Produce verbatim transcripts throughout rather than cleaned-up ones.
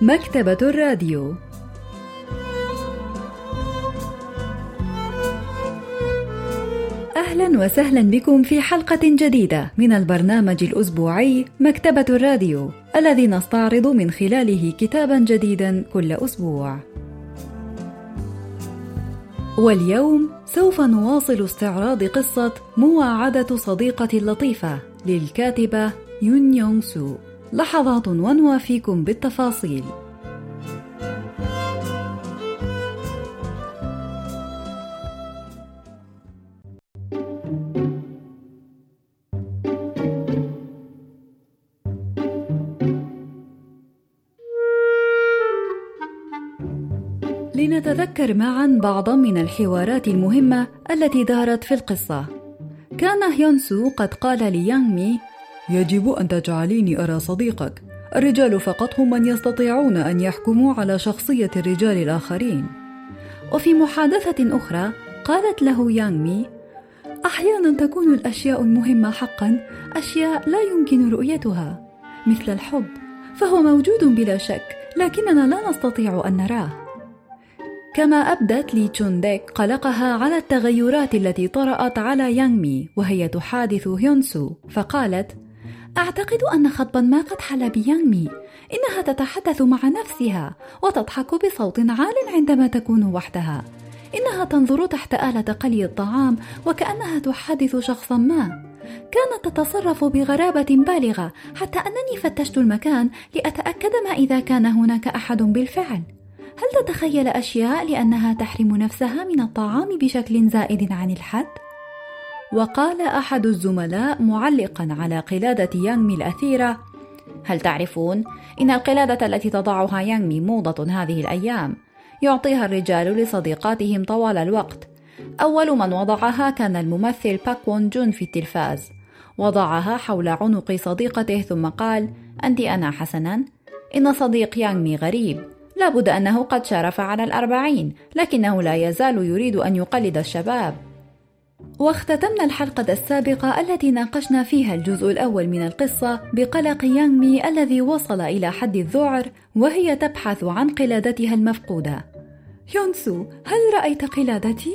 مكتبة الراديو. أهلا وسهلا بكم في حلقة جديدة من البرنامج الأسبوعي مكتبة الراديو، الذي نستعرض من خلاله كتابا جديدا كل أسبوع. واليوم سوف نواصل استعراض قصة مواعدة صديقة لطيفة للكاتبة يون يونغ سو. لحظات ونوافيكم بالتفاصيل. لنتذكر معا بعضا من الحوارات المهمة التي دارت في القصة. كان هيون سو قد قال ليانغ مي: يجب أن تجعليني أرى صديقك. الرجال فقط هم من يستطيعون أن يحكموا على شخصية الرجال الآخرين. وفي محادثة أخرى قالت له يانغ مي: أحيانا تكون الأشياء المهمة حقا أشياء لا يمكن رؤيتها، مثل الحب، فهو موجود بلا شك، لكننا لا نستطيع أن نراه. كما أبدت لي تشون ديك قلقها على التغيرات التي طرأت على يانغ مي وهي تحادث هيون سو، فقالت: أعتقد أن خطبا ما قد حل بيانغ مي، إنها تتحدث مع نفسها وتضحك بصوت عال عندما تكون وحدها. إنها تنظر تحت آلة قلي الطعام وكأنها تحادث شخصا ما. كانت تتصرف بغرابة بالغة حتى أنني فتشت المكان لأتأكد ما إذا كان هناك أحد بالفعل. هل تتخيل أشياء لأنها تحرم نفسها من الطعام بشكل زائد عن الحد؟ وقال أحد الزملاء معلقا على قلادة يانغ مي الأثيرة: هل تعرفون إن القلادة التي تضعها يانغ مي موضة هذه الأيام، يعطيها الرجال لصديقاتهم طوال الوقت. أول من وضعها كان الممثل باك وون جون في التلفاز، وضعها حول عنق صديقته ثم قال: أنت أنا حسنا. إن صديق يانغ مي غريب، لابد أنه قد شارف على الأربعين، لكنه لا يزال يريد أن يقلد الشباب. واختتمنا الحلقة السابقة التي ناقشنا فيها الجزء الأول من القصة بقلق يانغ مي الذي وصل إلى حد الذعر وهي تبحث عن قلادتها المفقودة. هيون سو، هل رأيت قلادتي؟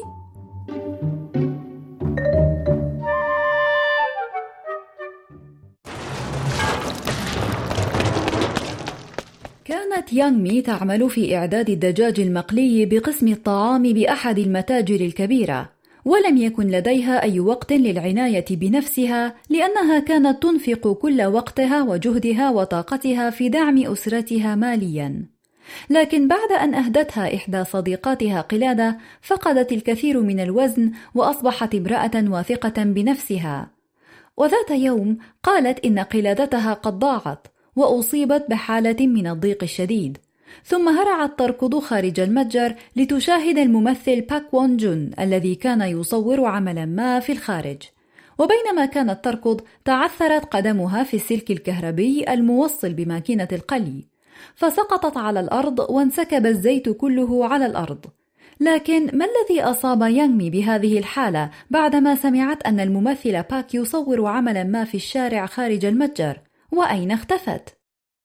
كانت يانغ مي تعمل في إعداد الدجاج المقلي بقسم الطعام بأحد المتاجر الكبيرة، ولم يكن لديها أي وقت للعناية بنفسها لأنها كانت تنفق كل وقتها وجهدها وطاقتها في دعم أسرتها ماليا. لكن بعد أن أهدتها إحدى صديقاتها قلادة فقدت الكثير من الوزن وأصبحت امرأة واثقة بنفسها. وذات يوم قالت إن قلادتها قد ضاعت وأصيبت بحالة من الضيق الشديد، ثم هرعت تركض خارج المتجر لتشاهد الممثل باك وون جون الذي كان يصور عملا ما في الخارج. وبينما كانت تركض تعثرت قدمها في السلك الكهربي الموصل بماكينة القلي، فسقطت على الأرض وانسكب الزيت كله على الأرض. لكن ما الذي أصاب يانغ مي بهذه الحالة بعدما سمعت أن الممثل باك يصور عملا ما في الشارع خارج المتجر؟ وأين اختفت؟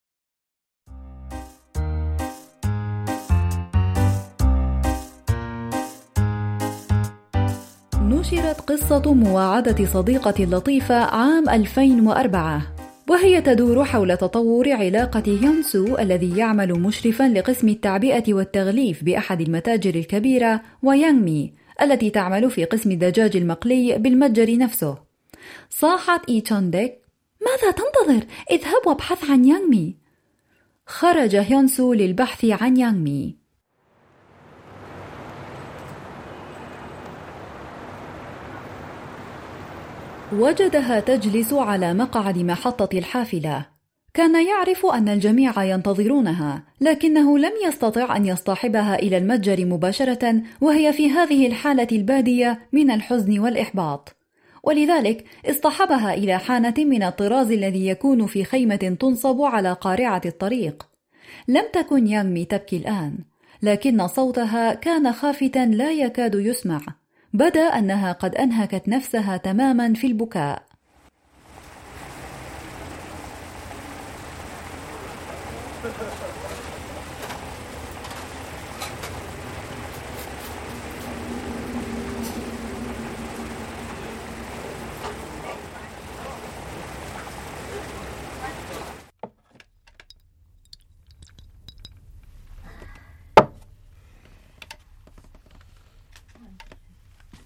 نشرت قصة مواعدة صديقة لطيفة عام ألفين وأربعة، وهي تدور حول تطور علاقة هيون سو الذي يعمل مشرفا لقسم التعبئة والتغليف بأحد المتاجر الكبيرة، ويانغ مي التي تعمل في قسم الدجاج المقلي بالمتجر نفسه. صاحت إي تشون ديك: ماذا تنتظر؟ اذهب وابحث عن يانغ مي. خرج هيون سو للبحث عن يانغ مي. وجدها تجلس على مقعد محطة الحافلة. كان يعرف أن الجميع ينتظرونها، لكنه لم يستطع أن يصطحبها إلى المتجر مباشرة وهي في هذه الحالة البادية من الحزن والإحباط، ولذلك اصطحبها إلى حانة من الطراز الذي يكون في خيمة تنصب على قارعة الطريق. لم تكن يانغ مي تبكي الآن، لكن صوتها كان خافتا لا يكاد يسمع. بدا أنها قد أنهكت نفسها تماما في البكاء.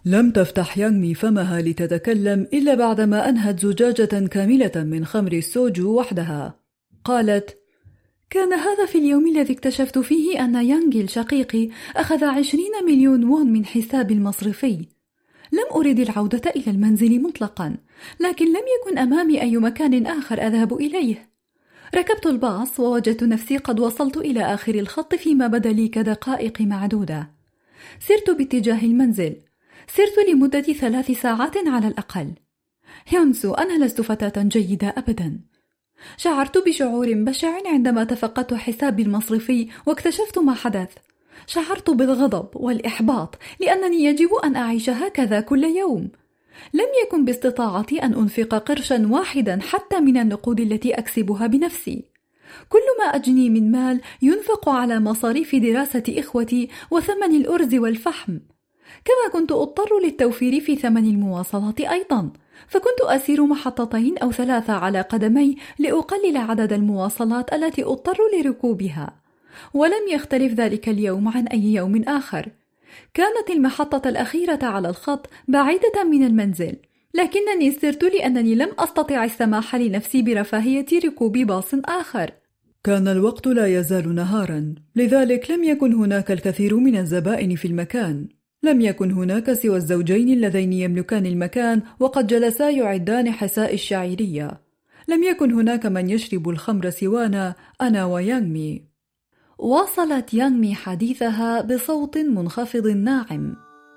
لم تفتح يانغمي فمها لتتكلم إلا بعدما أنهت زجاجة كاملة من خمر السوجو وحدها. قالت: كان هذا في اليوم الذي اكتشفت فيه أن يانغي الشقيقي أخذ عشرين مليون وون من حسابي المصرفي. لم أرد العودة إلى المنزل مطلقا، لكن لم يكن أمامي أي مكان آخر أذهب إليه. ركبت الباص ووجدت نفسي قد وصلت إلى آخر الخط فيما بدا لي كدقائق معدودة. سرت باتجاه المنزل. سرت لمدة ثلاث ساعات على الأقل. هيونسو، أنا لست فتاة جيدة أبدا. شعرت بشعور بشع عندما تفقدت حسابي المصرفي واكتشفت ما حدث. شعرت بالغضب والإحباط لأنني يجب أن أعيش هكذا كل يوم. لم يكن باستطاعتي أن أنفق قرشا واحدا حتى من النقود التي أكسبها بنفسي. كل ما أجني من مال ينفق على مصاريف دراسة إخوتي وثمن الأرز والفحم. كما كنت أضطر للتوفير في ثمن المواصلات أيضا، فكنت أسير محطتين أو ثلاثة على قدمي لأقلل عدد المواصلات التي أضطر لركوبها. ولم يختلف ذلك اليوم عن أي يوم آخر. كانت المحطة الأخيرة على الخط بعيدة من المنزل، لكنني سرت لأنني لم أستطع السماح لنفسي برفاهية ركوب باص آخر. كان الوقت لا يزال نهارا، لذلك لم يكن هناك الكثير من الزبائن في المكان. لم يكن هناك سوى الزوجين اللذين يملكان المكان وقد جلسا يعدان حساء الشعيرية. لم يكن هناك من يشرب الخمر سوانا أنا ويانغمي. واصلت يانغمي حديثها بصوت منخفض ناعم.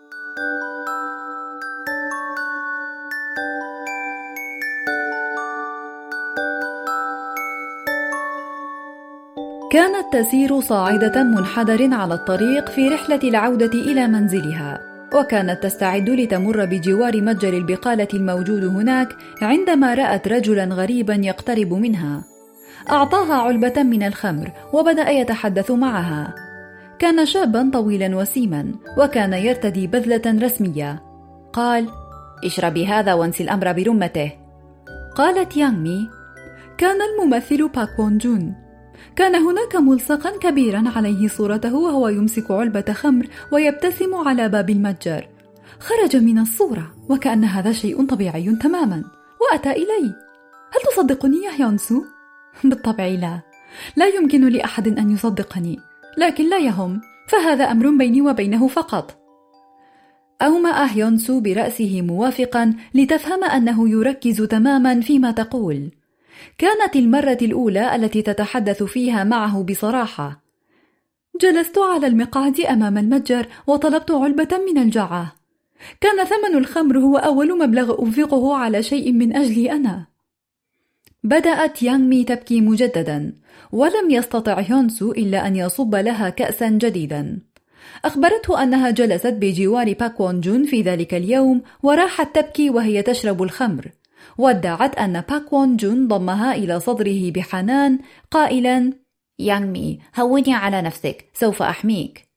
كانت تسير صاعدة منحدر على الطريق في رحلة العودة إلى منزلها، وكانت تستعد لتمر بجوار متجر البقالة الموجود هناك عندما رأت رجلا غريبا يقترب منها. أعطاها علبة من الخمر وبدأ يتحدث معها. كان شابا طويلا وسيما، وكان يرتدي بذلة رسمية. قال: اشربي هذا وانسي الأمر برمته. قالت يانغمي: كان الممثل باك وون جون. كان هناك ملصقا كبيرا عليه صورته وهو يمسك علبة خمر ويبتسم على باب المتجر. خرج من الصورة وكأن هذا شيء طبيعي تماما، وأتى إلي. هل تصدقني يا هيونسو؟ بالطبع لا. لا يمكن لأحد أن يصدقني، لكن لا يهم، فهذا أمر بيني وبينه فقط. أومأ هيونسو برأسه موافقا لتفهم أنه يركز تماما فيما تقول. كانت المرة الأولى التي تتحدث فيها معه بصراحة. جلست على المقعد أمام المتجر وطلبت علبة من الجعة. كان ثمن الخمر هو أول مبلغ أنفقه على شيء من أجلي أنا. بدأت يانغمي تبكي مجددا، ولم يستطع هيونسو إلا أن يصب لها كأسا جديدا. أخبرته أنها جلست بجوار باك وون جون في ذلك اليوم وراحت تبكي وهي تشرب الخمر. وادعت أن باك وون جون ضمها إلى صدره بحنان قائلا: يانغمي، هوني على نفسك، سوف أحميك.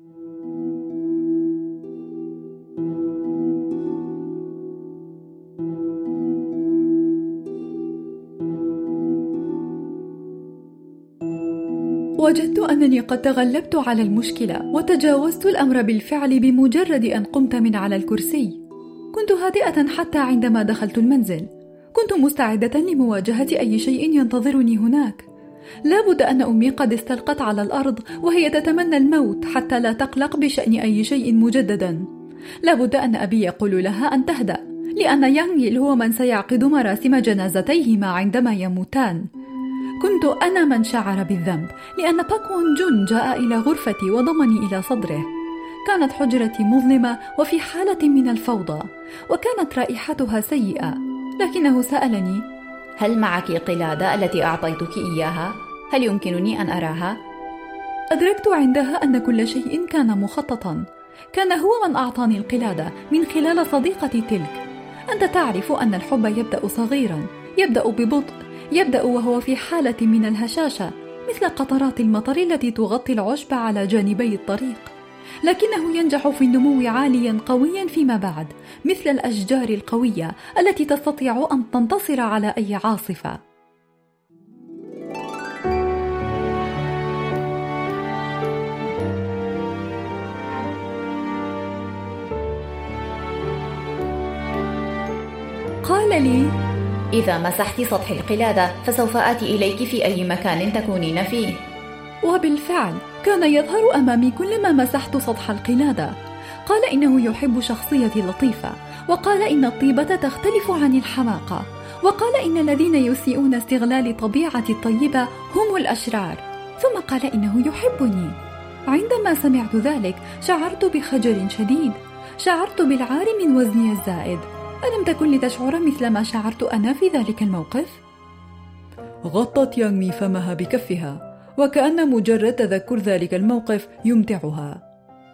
وجدت أنني قد تغلبت على المشكلة وتجاوزت الأمر بالفعل بمجرد أن قمت من على الكرسي. كنت هادئة حتى عندما دخلت المنزل. كنت مستعدة لمواجهة أي شيء ينتظرني هناك. لا بد أن أمي قد استلقت على الأرض وهي تتمنى الموت حتى لا تقلق بشأن أي شيء مجددا. لا بد أن أبي يقول لها أن تهدأ، لأن يانغيل هو من سيعقد مراسم جنازتيهما عندما يموتان. كنت أنا من شعر بالذنب، لأن باك وون جون جاء إلى غرفتي وضمني إلى صدره. كانت حجرتي مظلمة وفي حالة من الفوضى، وكانت رائحتها سيئة، لكنه سألني: هل معك قلادة التي أعطيتك إياها؟ هل يمكنني أن أراها؟ أدركت عندها أن كل شيء كان مخططا. كان هو من أعطاني القلادة من خلال صديقتي تلك. أنت تعرف أن الحب يبدأ صغيرا، يبدأ ببطء، يبدأ وهو في حالة من الهشاشة، مثل قطرات المطر التي تغطي العشب على جانبي الطريق، لكنه ينجح في النمو عاليا قويا فيما بعد، مثل الأشجار القوية التي تستطيع أن تنتصر على أي عاصفة. وقال لي: إذا مسحت سطح القلادة فسوف آتي إليك في أي مكان تكونين فيه. وبالفعل كان يظهر أمامي كلما مسحت سطح القلادة. قال إنه يحب شخصيتي لطيفة، وقال إن الطيبة تختلف عن الحماقة، وقال إن الذين يسيئون استغلال طبيعتي الطيبة هم الأشرار، ثم قال إنه يحبني. عندما سمعت ذلك شعرت بخجل شديد، شعرت بالعار من وزني الزائد. ألم تكن لتشعر مثل ما شعرت أنا في ذلك الموقف؟ غطت يانغ مي فمها بكفها، وكأن مجرد تذكر ذلك الموقف يمتعها.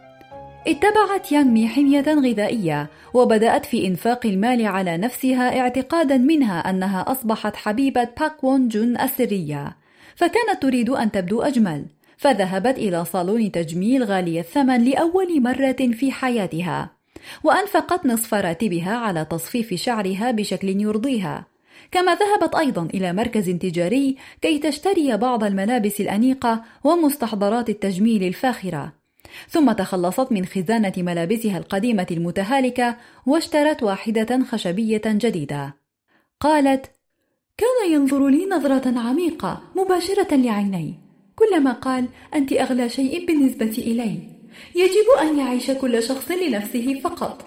اتبعت يانغ مي حمية غذائية، وبدأت في إنفاق المال على نفسها اعتقادا منها أنها أصبحت حبيبة باك وون جون السرية، فكانت تريد أن تبدو أجمل، فذهبت إلى صالون تجميل غالي الثمن لأول مرة في حياتها، وأنفقت نصف راتبها على تصفيف شعرها بشكل يرضيها. كما ذهبت أيضا إلى مركز تجاري كي تشتري بعض الملابس الأنيقة ومستحضرات التجميل الفاخرة، ثم تخلصت من خزانة ملابسها القديمة المتهالكة واشترت واحدة خشبية جديدة. قالت: كان ينظر لي نظرة عميقة مباشرة لعيني، كلما قال: أنت أغلى شيء بالنسبة إلي، يجب أن يعيش كل شخص لنفسه فقط.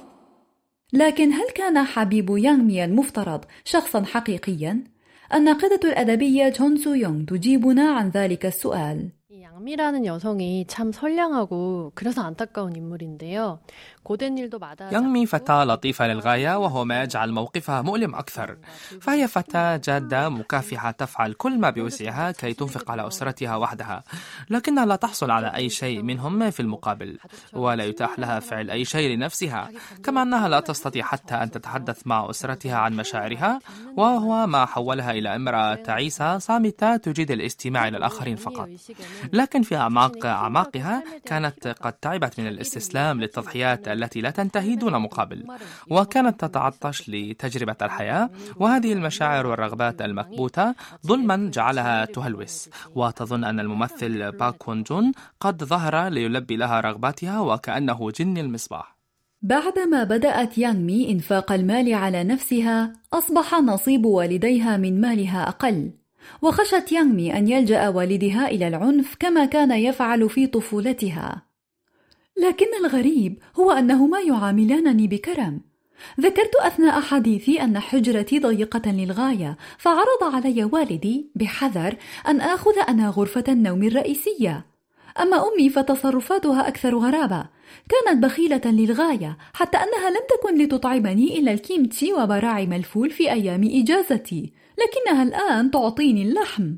لكن هل كان حبيب يانغ مي المفترض شخصا حقيقيا؟ الناقدة الأدبية جون سو يونغ تجيبنا عن ذلك السؤال. 양미라는 여성이 참 선량하고 그래서 안타까운 인물인데요. 고된 일도 마다 يانغ مي فتاة لطيفة للغاية، وهو ما يجعل موقفها مؤلم أكثر. فهي فتاة جادة مكافحة تفعل كل ما بوسعها كي تنفق على أسرتها وحدها، لكنها لا تحصل على أي شيء منهم في المقابل، ولا يتاح لها فعل أي شيء لنفسها، كما أنها لا تستطيع حتى أن تتحدث مع أسرتها عن مشاعرها، وهو ما حولها إلى امرأة تعيسة صامتة تجيد الاستماع إلى الآخرين فقط. لكن في أعماق أعماقها كانت قد تعبت من الاستسلام للتضحيات التي لا تنتهي دون مقابل، وكانت تتعطش لتجربة الحياة، وهذه المشاعر والرغبات المكبوتة ظلما جعلها تهلوس، وتظن أن الممثل باك وون جون قد ظهر ليلبي لها رغباتها وكأنه جن المصباح. بعدما بدأت يانغ مي إنفاق المال على نفسها، أصبح نصيب والديها من مالها أقل، وخشت يانغ مي أن يلجأ والدها إلى العنف كما كان يفعل في طفولتها. لكن الغريب هو أنهما يعاملانني بكرم. ذكرت أثناء حديثي أن حجرتي ضيقة للغاية، فعرض علي والدي بحذر أن آخذ أنا غرفة النوم الرئيسية. أما أمي فتصرفاتها أكثر غرابة، كانت بخيلة للغاية، حتى أنها لم تكن لتطعمني إلا الكيمتشي وبراعم الفول في أيام إجازتي، لكنها الآن تعطيني اللحم.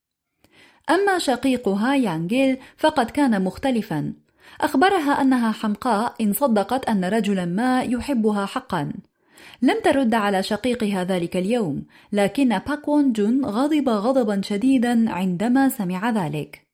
أما شقيقها يانغيل فقد كان مختلفا. أخبرها أنها حمقاء إن صدقت أن رجلا ما يحبها حقا. لم ترد على شقيقها ذلك اليوم، لكن باك وون جون غضب غضبا شديدا عندما سمع ذلك.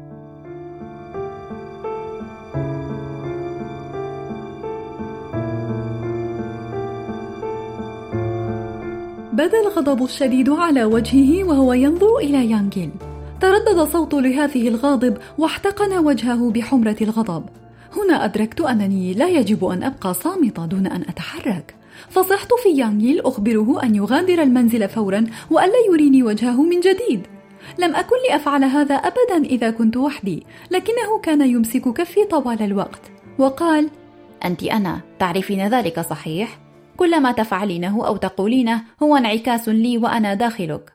بدا الغضب الشديد على وجهه وهو ينظر إلى يانغيل. تردد صوت لهذه الغاضب واحتقن وجهه بحمرة الغضب. هنا أدركت أنني لا يجب أن أبقى صامتة دون أن أتحرك، فصحت في يانغيل أخبره أن يغادر المنزل فورا وألا يريني وجهه من جديد. لم أكن لأفعل هذا أبدا إذا كنت وحدي، لكنه كان يمسك كفي طوال الوقت وقال: أنت أنا، تعرفين ذلك صحيح؟ كل ما تفعلينه أو تقولينه هو انعكاس لي وأنا داخلك.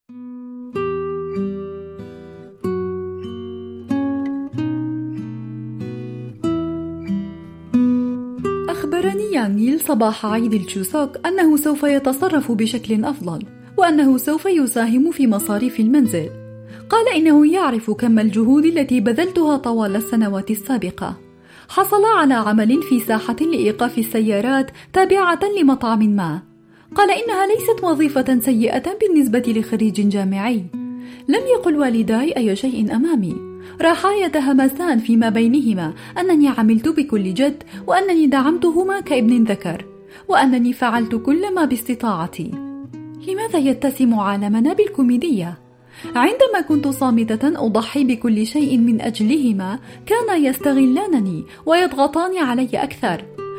أخبرني يانغيل صباح عيد التشوسوك أنه سوف يتصرف بشكل أفضل، وأنه سوف يساهم في مصاريف المنزل. قال إنه يعرف كم الجهود التي بذلتها طوال السنوات السابقة. حصل على عمل في ساحة لإيقاف السيارات تابعة لمطعم ما. قال إنها ليست وظيفة سيئة بالنسبة لخريج جامعي. لم يقل والداي أي شيء أمامي، راحا يتهمسان فيما بينهما أنني عملت بكل جد، وأنني دعمتهما كابن ذكر، وأنني فعلت كل ما باستطاعتي. لماذا يتسم عالمنا بالكوميدية؟ عندما كنت صامتة أضحي بكل شيء من أجلهما، كانا يستغلانني ويضغطان علي أكثر.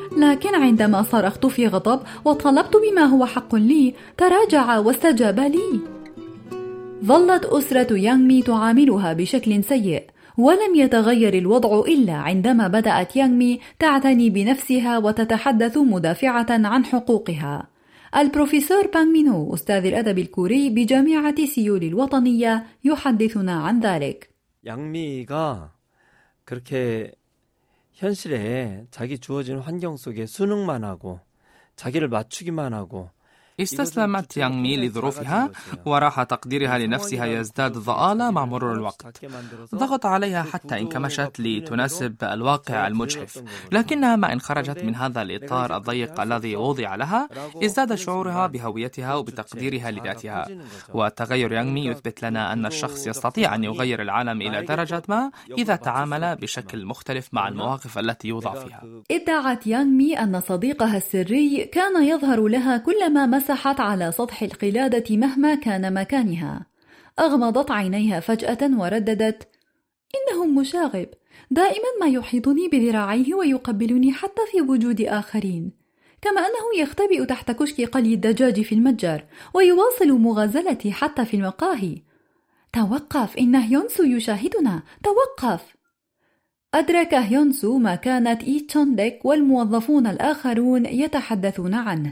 لكن عندما صرخت في غضب وطلبت بما هو حق لي تراجع واستجاب لي. ظلت أسرة يانغ مي تعاملها بشكل سيء، ولم يتغير الوضع إلا عندما بدأت يانغ مي تعتني بنفسها وتتحدث مدافعة عن حقوقها. البروفيسور بانغ مين هو أستاذ الأدب الكوري بجامعة سيول الوطنية يحدثنا عن ذلك. 양미가 그렇게 현실에 자기 주어진 환경 속에 순응만 하고 자기를 맞추기만 하고 استسلمت يانغ مي لظروفها وراح تقديرها لنفسها يزداد ضآلة مع مرور الوقت. ضغط عليها حتى انكمشت لتناسب الواقع المجحف، لكنها ما إن خرجت من هذا الإطار الضيق الذي وضع لها ازداد شعورها بهويتها وبتقديرها لذاتها. وتغير يانغ مي يثبت لنا أن الشخص يستطيع أن يغير العالم إلى درجة ما إذا تعامل بشكل مختلف مع المواقف التي يوضع فيها. ادعت يانغ مي أن صديقها السري كان يظهر لها كلما مسحت على سطح القلادة مهما كان مكانها. أغمضت عينيها فجأة ورددت: إنه مشاغب، دائما ما يحيطني بذراعيه ويقبلني حتى في وجود آخرين، كما أنه يختبئ تحت كشك قلي الدجاج في المتجر ويواصل مغازلتي حتى في المقاهي. توقف، إن هيونسو يشاهدنا، توقف. أدرك هيونسو ما كانت إي تشون ديك والموظفون الآخرون يتحدثون عنه.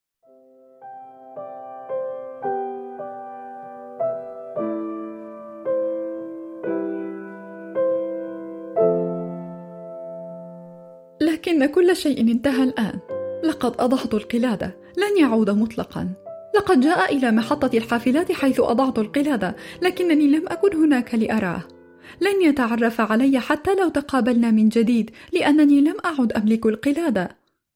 لكن كل شيء انتهى الآن. لقد أضعت القلادة، لن يعود مطلقا. لقد جاء إلى محطة الحافلات حيث أضعت القلادة، لكنني لم أكن هناك لأراه. لن يتعرف علي حتى لو تقابلنا من جديد، لأنني لم أعد أملك القلادة.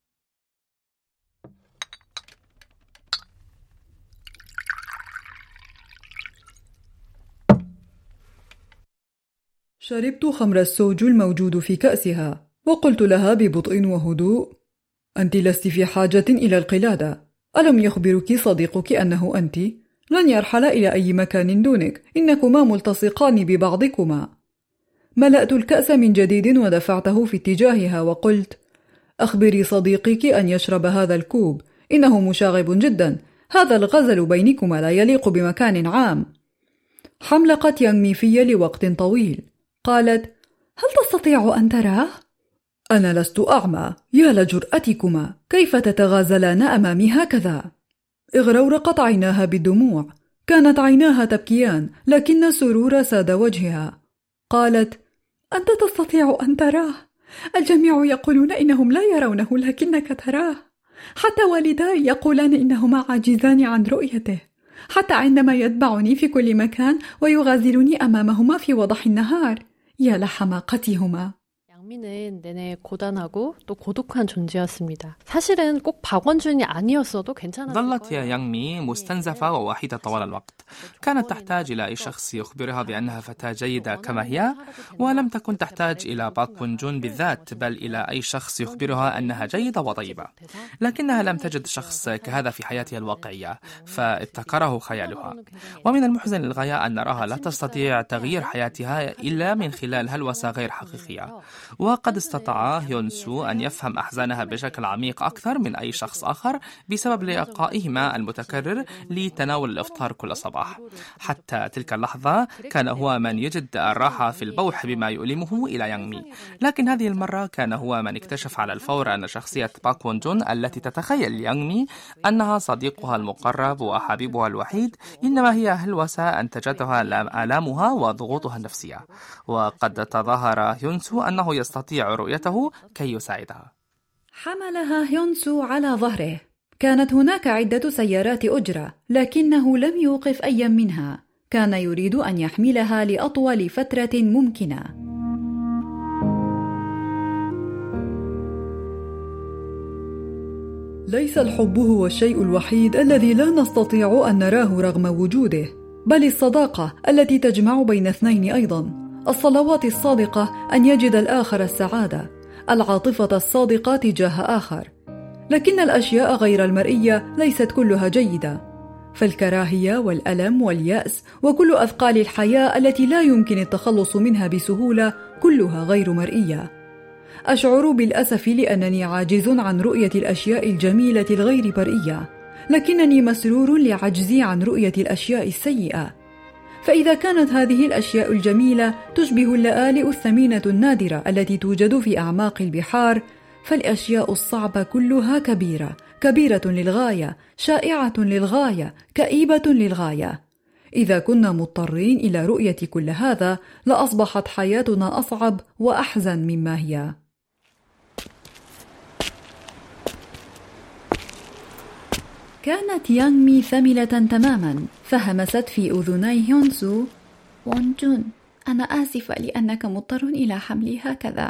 شربت خمر السوجو الموجود في كأسها، وقلت لها ببطء وهدوء: أنت لست في حاجة إلى القلادة. ألم يخبرك صديقك أنه أنت لن يرحل إلى أي مكان دونك، إنكما ملتصقان ببعضكما. ملأت الكأس من جديد ودفعته في اتجاهها وقلت: أخبري صديقك أن يشرب هذا الكوب، إنه مشاغب جدا. هذا الغزل بينكما لا يليق بمكان عام. حملقت يانغ مي في لوقت طويل. قالت: هل تستطيع أن تراه؟ أنا لست أعمى، يا لجرأتكما، كيف تتغازلان أمامي هكذا؟ اغرورقت عيناها بالدموع، كانت عيناها تبكيان، لكن السرور ساد وجهها. قالت: أنت تستطيع أن تراه، الجميع يقولون إنهم لا يرونه لكنك تراه، حتى والداي يقولان إنهما عاجزان عن رؤيته، حتى عندما يتبعني في كل مكان ويغازلني أمامهما في وضح النهار. يا لحماقتهما. 양미는 내내 고단하고 또 고독한 존재였습니다. 사실은 꼭 박원준이 아니었어도 괜찮았을 거예요. ظلت يانغ مي مستنزفة ووحيدة طوال الوقت. كانت تحتاج إلى أي شخص يخبرها بأنها فتاة جيدة كما هي، ولم تكن تحتاج إلى باك بون جون بالذات، بل إلى أي شخص يخبرها أنها جيدة وطيبة. لكنها لم تجد شخص كهذا في حياتها الواقعية، فابتكره خيالها. ومن المحزن للغاية أن نراها لا تستطيع تغيير حياتها إلا من خلال هلوسة غير حقيقية. وقد استطاع هيونسو أن يفهم أحزانها بشكل عميق أكثر من أي شخص آخر بسبب لقائهما المتكرر لتناول الإفطار كل صباح. حتى تلك اللحظة كان هو من يجد الراحة في البوح بما يؤلمه إلى يانغ مي، لكن هذه المرة كان هو من اكتشف على الفور أن شخصية باك وون جون التي تتخيل يانغ مي أنها صديقها المقرب وحبيبها الوحيد إنما هي هلوسة أنتجتها آلامها وضغوطها النفسية. وقد تظاهر هيونسو أنه يستطيع رؤيته كي يساعدها. حملها هيونسو على ظهره. كانت هناك عدة سيارات أجرة، لكنه لم يوقف أي منها. كان يريد أن يحملها لأطول فترة ممكنة. ليس الحب هو الشيء الوحيد الذي لا نستطيع أن نراه رغم وجوده، بل الصداقة التي تجمع بين اثنين أيضا. الصلوات الصادقة أن يجد الآخر السعادة، العاطفة الصادقة تجاه آخر. لكن الأشياء غير المرئية ليست كلها جيدة، فالكراهية والألم واليأس وكل أثقال الحياة التي لا يمكن التخلص منها بسهولة كلها غير مرئية. أشعر بالأسف لأنني عاجز عن رؤية الأشياء الجميلة الغير مرئية، لكنني مسرور لعجزي عن رؤية الأشياء السيئة. فإذا كانت هذه الأشياء الجميلة تشبه اللآلئ الثمينة النادرة التي توجد في أعماق البحار، فالأشياء الصعبة كلها كبيرة، كبيرة للغاية، شائعة للغاية، كئيبة للغاية. إذا كنا مضطرين إلى رؤية كل هذا لأصبحت حياتنا أصعب وأحزن مما هي. كانت يانغ مي ثملة تماما، فهمست في أذني هيون سو: وون جون، أنا آسفة لأنك مضطر إلى حملي هكذا.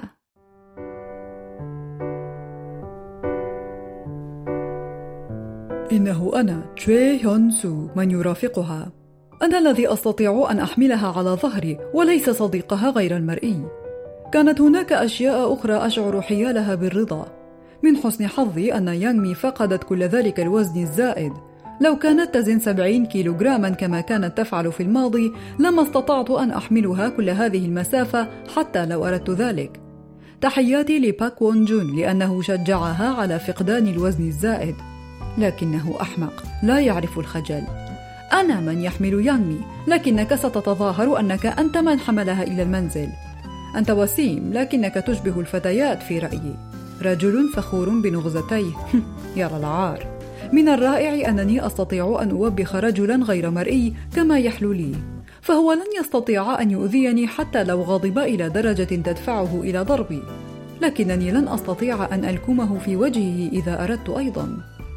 إنه أنا تشوي هيون سو من يرافقها. أنا الذي أستطيع أن أحملها على ظهري وليس صديقها غير المرئي. كانت هناك أشياء أخرى أشعر حيالها بالرضا. من حسن حظي أن يانغ مي فقدت كل ذلك الوزن الزائد. لو كانت تزن سبعين كيلوغراما كما كانت تفعل في الماضي لما استطعت أن أحملها كل هذه المسافة حتى لو أردت ذلك. تحياتي لباك وون جون لأنه شجعها على فقدان الوزن الزائد، لكنه أحمق لا يعرف الخجل. أنا من يحمل يانغ مي، لكنك ستتظاهر أنك أنت من حملها إلى المنزل. أنت وسيم لكنك تشبه الفتيات في رأيي. رجل فخور بنغزتيه. يرى العار. من الرائع أنني أستطيع أن أوبخ رجلا غير مرئي كما يحلو لي، فهو لن يستطيع أن يؤذيني حتى لو غضب إلى درجة تدفعه إلى ضربي، لكنني لن أستطيع أن ألكمه في وجهه إذا أردت أيضا.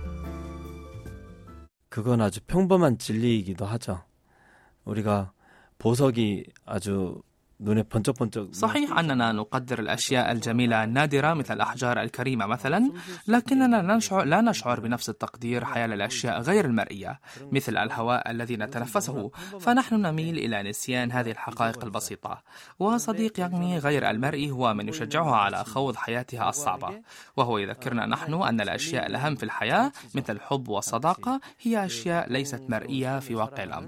그건 아주 평범한 진리이기도 하죠. 우리가 보석이 아주 눈에 번쩍번쩍. صحيح أننا نقدر الأشياء الجميلة النادرة مثل الأحجار الكريمة مثلا، لكننا نشعر لا نشعر بنفس التقدير حيال الأشياء غير المرئية مثل الهواء الذي نتنفسه، فنحن نميل إلى نسيان هذه الحقائق البسيطة. وصديق يانغ مي غير المرئي هو من يشجعها على خوض حياتها الصعبة، وهو يذكرنا نحن أن الأشياء الأهم في الحياة مثل الحب والصداقة هي أشياء ليست مرئية في واقع الأمر.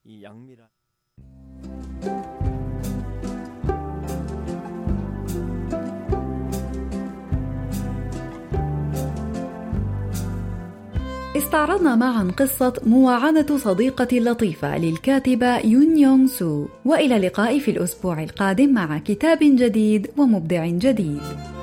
استعرضنا معا قصة مواعدة صديقة لطيفة للكاتبة يون يونغ سو، وإلى اللقاء في الأسبوع القادم مع كتاب جديد ومبدع جديد.